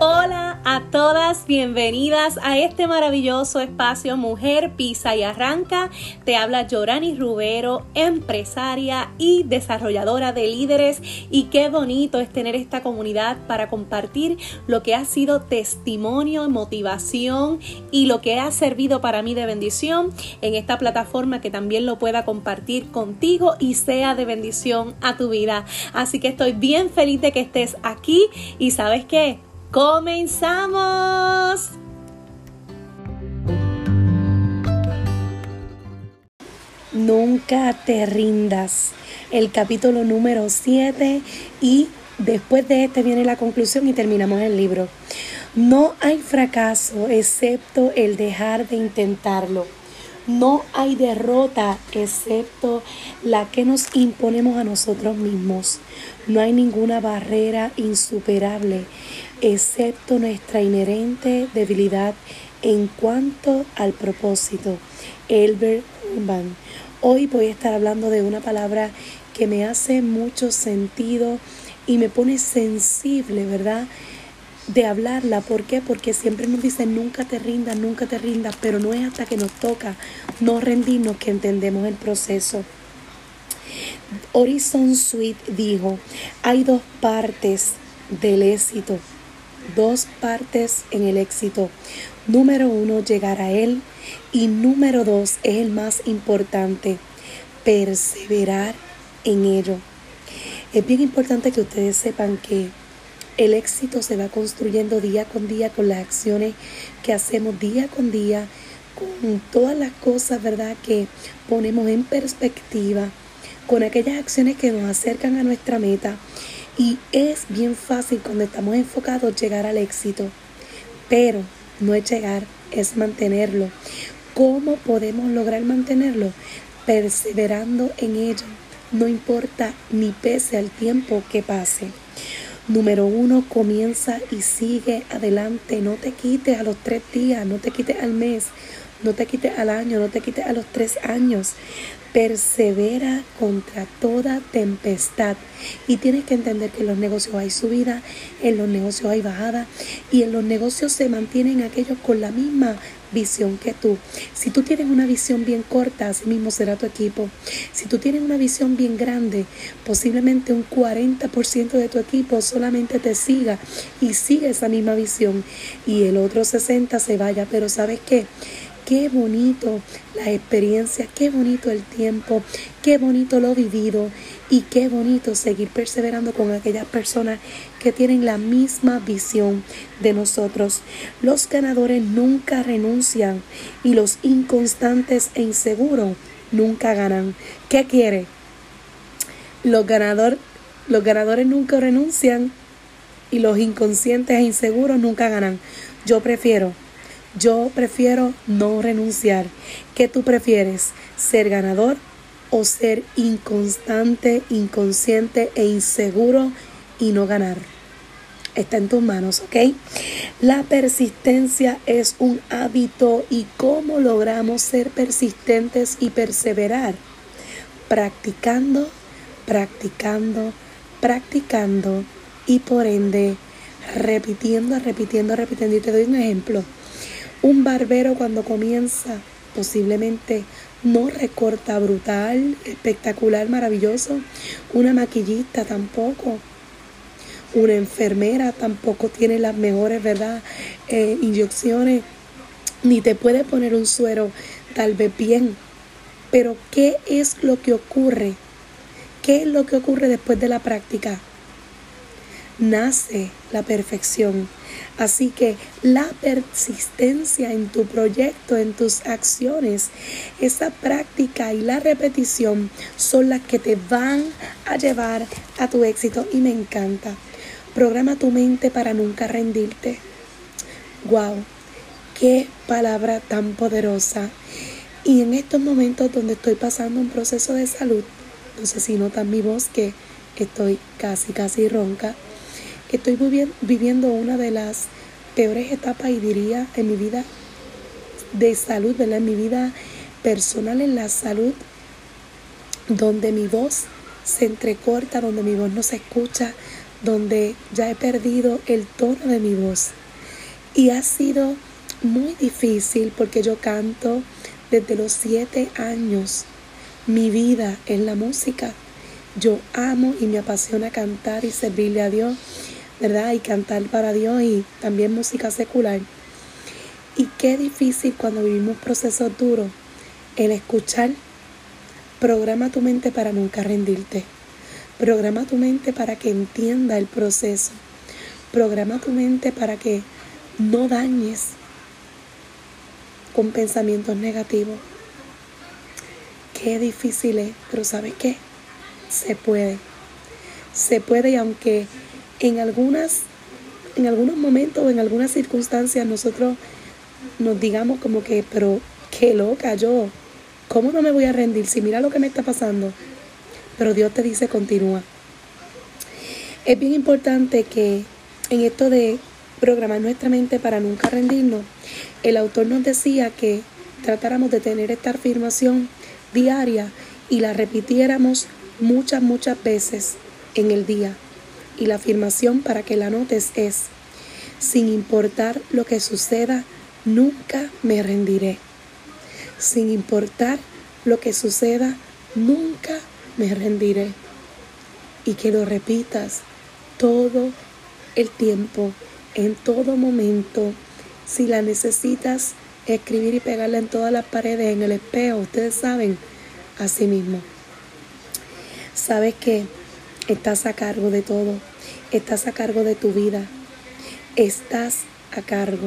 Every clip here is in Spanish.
Hola a todas, bienvenidas a este maravilloso espacio Mujer Pisa y Arranca. Te habla Yorani Rubero, empresaria y desarrolladora de líderes, y qué bonito es tener esta comunidad para compartir lo que ha sido testimonio, motivación y lo que ha servido para mí de bendición en esta plataforma, que también lo pueda compartir contigo y sea de bendición a tu vida. Así que estoy bien feliz de que estés aquí y ¿sabes qué? ¡Comenzamos! Nunca te rindas. El capítulo número 7 y después de este viene la conclusión y terminamos el libro. No hay fracaso excepto el dejar de intentarlo. No hay derrota excepto la que nos imponemos a nosotros mismos. No hay ninguna barrera insuperable excepto nuestra inherente debilidad en cuanto al propósito. Albert Hoffman. Hoy voy a estar hablando de una palabra que me hace mucho sentido y me pone sensible, ¿verdad?, de hablarla. ¿Por qué? Porque siempre nos dicen nunca te rindas, pero no es hasta que nos toca no rendirnos que entendemos el proceso. Horizon Sweet dijo: hay dos partes del éxito, dos partes en el éxito. Número 1, llegar a él, y número 2 es el más importante, perseverar en ello. Es bien importante que ustedes sepan que el éxito se va construyendo día con día con las acciones que hacemos día con día, con todas las cosas, ¿verdad?, que ponemos en perspectiva, con aquellas acciones que nos acercan a nuestra meta. Y es bien fácil cuando estamos enfocados llegar al éxito, pero no es llegar, es mantenerlo. ¿Cómo podemos lograr mantenerlo? Perseverando en ello, no importa ni pese al tiempo que pase. Número 1, comienza y sigue adelante. No te quites a los 3 días, no te quites al mes, no te quites al año, no te quites a los 3 años. Persevera contra toda tempestad. Y tienes que entender que en los negocios hay subida, en los negocios hay bajada, y en los negocios se mantienen aquellos con la misma visión que tú. Si tú tienes una visión bien corta, así mismo será tu equipo. Si tú tienes una visión bien grande, posiblemente un 40% de tu equipo solamente te siga y siga esa misma visión, y el otro 60% se vaya. Pero ¿sabes qué? Qué bonito la experiencia, qué bonito el tiempo, qué bonito lo vivido, y qué bonito seguir perseverando con aquellas personas que tienen la misma visión de nosotros. Los ganadores nunca renuncian y los inconstantes e inseguros nunca ganan. ¿Qué quiere? Los ganadores nunca renuncian y los inconscientes e inseguros nunca ganan. Yo prefiero no renunciar. ¿Qué tú prefieres? ¿Ser ganador o ser inconstante, inconsciente e inseguro y no ganar? Está en tus manos, ¿ok? La persistencia es un hábito. ¿Y cómo logramos ser persistentes y perseverar? Practicando, y por ende repitiendo. Y te doy un ejemplo. Un barbero cuando comienza posiblemente no recorta brutal, espectacular, maravilloso. Una maquillista tampoco. Una enfermera tampoco tiene las mejores, ¿verdad?, inyecciones, ni te puede poner un suero tal vez bien. Pero ¿qué es lo que ocurre? ¿Qué es lo que ocurre después de la práctica? Nace la perfección. Así que la persistencia en tu proyecto, en tus acciones, esa práctica y la repetición son las que te van a llevar a tu éxito. Y me encanta. Programa tu mente para nunca rendirte. ¡Wow! ¡Qué palabra tan poderosa! Y en estos momentos donde estoy pasando un proceso de salud, no sé si notan mi voz que estoy casi ronca. Estoy viviendo una de las peores etapas, y diría, en mi vida de salud, ¿verdad?, en mi vida personal, en la salud, donde mi voz se entrecorta, donde mi voz no se escucha, donde ya he perdido el tono de mi voz. Y ha sido muy difícil porque yo canto desde los 7 años. Mi vida es la música. Yo amo y me apasiona cantar y servirle a Dios, ¿verdad? Y cantar para Dios y también música secular. Y qué difícil cuando vivimos procesos duros, el escuchar, programa tu mente para nunca rendirte. Programa tu mente para que entienda el proceso. Programa tu mente para que no dañes con pensamientos negativos. Qué difícil es, pero ¿sabes qué? Se puede. Se puede, y aunque en algunos momentos o en algunas circunstancias nosotros nos digamos como que, pero qué loca yo, ¿cómo no me voy a rendir si mira lo que me está pasando? Pero Dios te dice continúa. Es bien importante que en esto de programar nuestra mente para nunca rendirnos, el autor nos decía que tratáramos de tener esta afirmación diaria y la repitiéramos muchas veces en el día. Y la afirmación, para que la notes, es: sin importar lo que suceda, nunca me rendiré. Sin importar lo que suceda, nunca me rendiré. Y que lo repitas todo el tiempo, en todo momento. Si la necesitas escribir y pegarla en todas las paredes, en el espejo, ustedes saben, así mismo. Sabes que estás a cargo de todo, estás a cargo de tu vida, estás a cargo,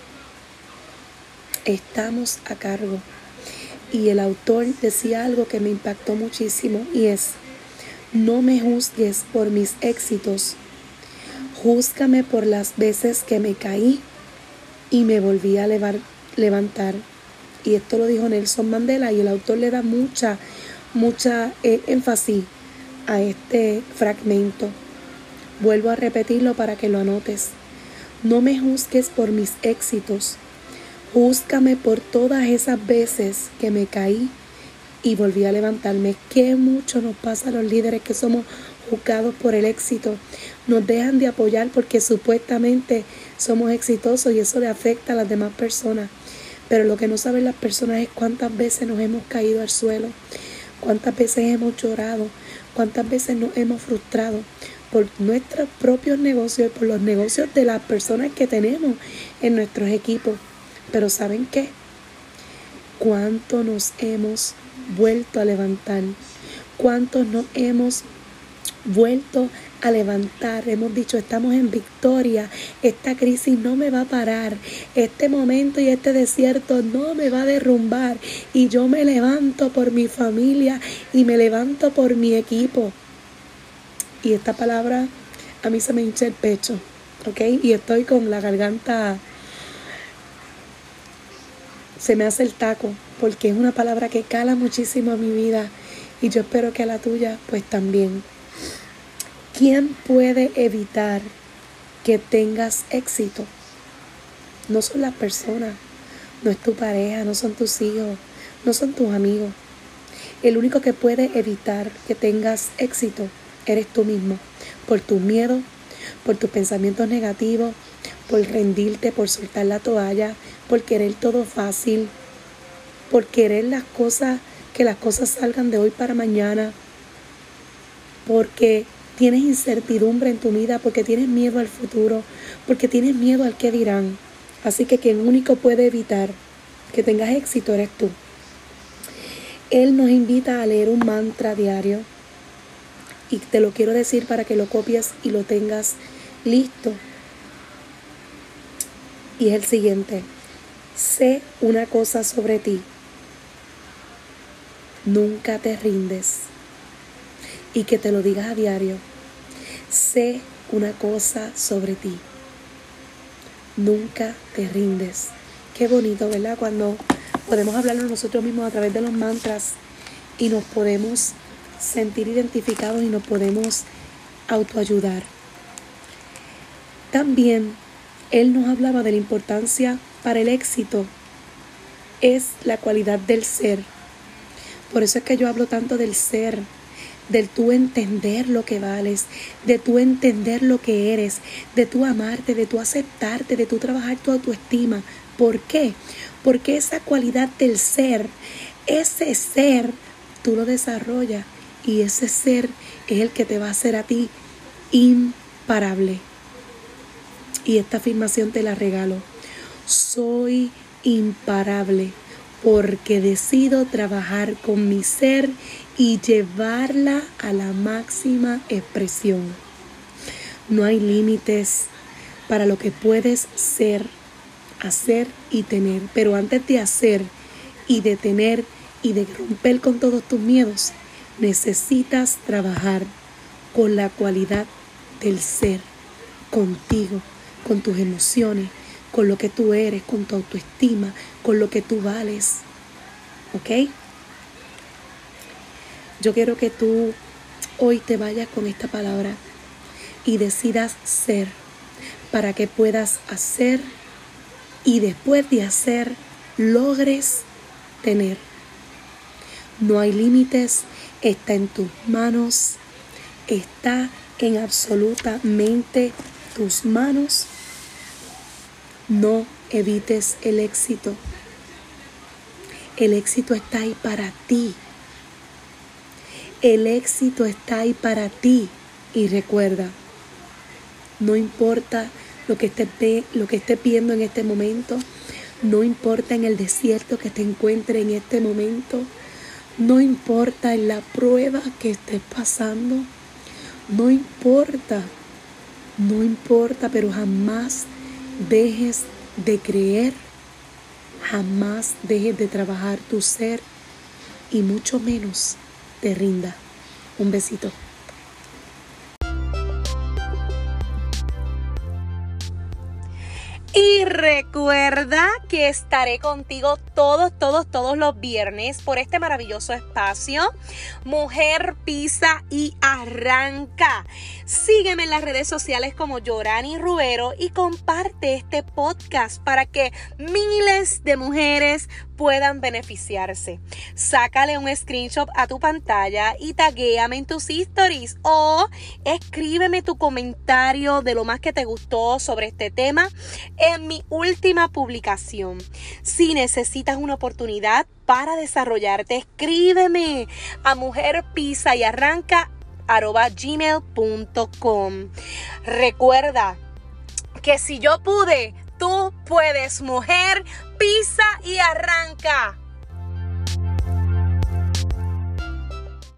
estamos a cargo. Y el autor decía algo que me impactó muchísimo, y es: no me juzgues por mis éxitos, júzgame por las veces que me caí y me volví a levantar. Y esto lo dijo Nelson Mandela, y el autor le da mucha énfasis a este fragmento. Vuelvo a repetirlo para que lo anotes. No me juzgues por mis éxitos, júzgame por todas esas veces que me caí y volví a levantarme. Qué mucho nos pasa a los líderes que somos juzgados por el éxito. Nos dejan de apoyar porque supuestamente somos exitosos, y eso le afecta a las demás personas. Pero lo que no saben las personas es cuántas veces nos hemos caído al suelo, cuántas veces hemos llorado, cuántas veces nos hemos frustrado por nuestros propios negocios y por los negocios de las personas que tenemos en nuestros equipos. Pero ¿saben qué? ¿Cuánto nos hemos vuelto a levantar? ¿Cuántos nos hemos vuelto a levantar? Hemos dicho: estamos en victoria, esta crisis no me va a parar, este momento y este desierto no me va a derrumbar, y yo me levanto por mi familia y me levanto por mi equipo. Y esta palabra a mí se me hincha el pecho, ¿ok? Y estoy con la garganta, se me hace el taco, porque es una palabra que cala muchísimo a mi vida, y yo espero que a la tuya pues también. ¿Quién puede evitar que tengas éxito? No son las personas, no es tu pareja, no son tus hijos, no son tus amigos. El único que puede evitar que tengas éxito eres tú mismo, por tus miedos, por tus pensamientos negativos, por rendirte, por soltar la toalla, por querer todo fácil, por querer que las cosas salgan de hoy para mañana, porque tienes incertidumbre en tu vida, porque tienes miedo al futuro, porque tienes miedo al qué dirán. Así que quien único puede evitar que tengas éxito eres tú. Él nos invita a leer un mantra diario, y te lo quiero decir para que lo copies y lo tengas listo. Y es el siguiente: sé una cosa sobre ti, nunca te rindes. Y que te lo digas a diario: sé una cosa sobre ti, nunca te rindes. Qué bonito, ¿verdad? Cuando podemos hablarlo nosotros mismos a través de los mantras y nos podemos sentir identificados y nos podemos autoayudar. También él nos hablaba de la importancia para el éxito, es la cualidad del ser. Por eso es que yo hablo tanto del ser. de tú entender lo que vales, de tú entender lo que eres, de tú amarte, de tú aceptarte, de tú trabajar tu autoestima. ¿Por qué? Porque esa cualidad del ser, ese ser, tú lo desarrollas y ese ser es el que te va a hacer a ti imparable. Y esta afirmación te la regalo. Soy imparable porque decido trabajar con mi ser y llevarla a la máxima expresión. No hay límites para lo que puedes ser, hacer y tener. Pero antes de hacer y de tener y de romper con todos tus miedos, necesitas trabajar con la cualidad del ser, contigo, con tus emociones, con lo que tú eres, con tu autoestima, con lo que tú vales. ¿Ok? Yo quiero que tú hoy te vayas con esta palabra y decidas ser para que puedas hacer y después de hacer logres tener. No hay límites, está en tus manos, está en absolutamente tus manos. No evites el éxito. El éxito está ahí para ti. El éxito está ahí para ti. Y recuerda, no importa lo que estés viendo en este momento, no importa en el desierto que te encuentres en este momento, no importa en la prueba que estés pasando, no importa, pero jamás dejes de creer, jamás dejes de trabajar tu ser y mucho menos te rinda. Un besito. Y recuerda que estaré contigo todos los viernes por este maravilloso espacio, Mujer Pisa y Arranca. Sígueme en las redes sociales como Yorani Rubero y comparte este podcast para que miles de mujeres puedan beneficiarse. Sácale un screenshot a tu pantalla y taguéame en tus stories o escríbeme tu comentario de lo más que te gustó sobre este tema en mi última publicación. Si necesitas una oportunidad para desarrollarte, escríbeme a mujerpisayarranca@gmail.com. Recuerda que si yo pude, tú puedes. Mujer, pisa y arranca.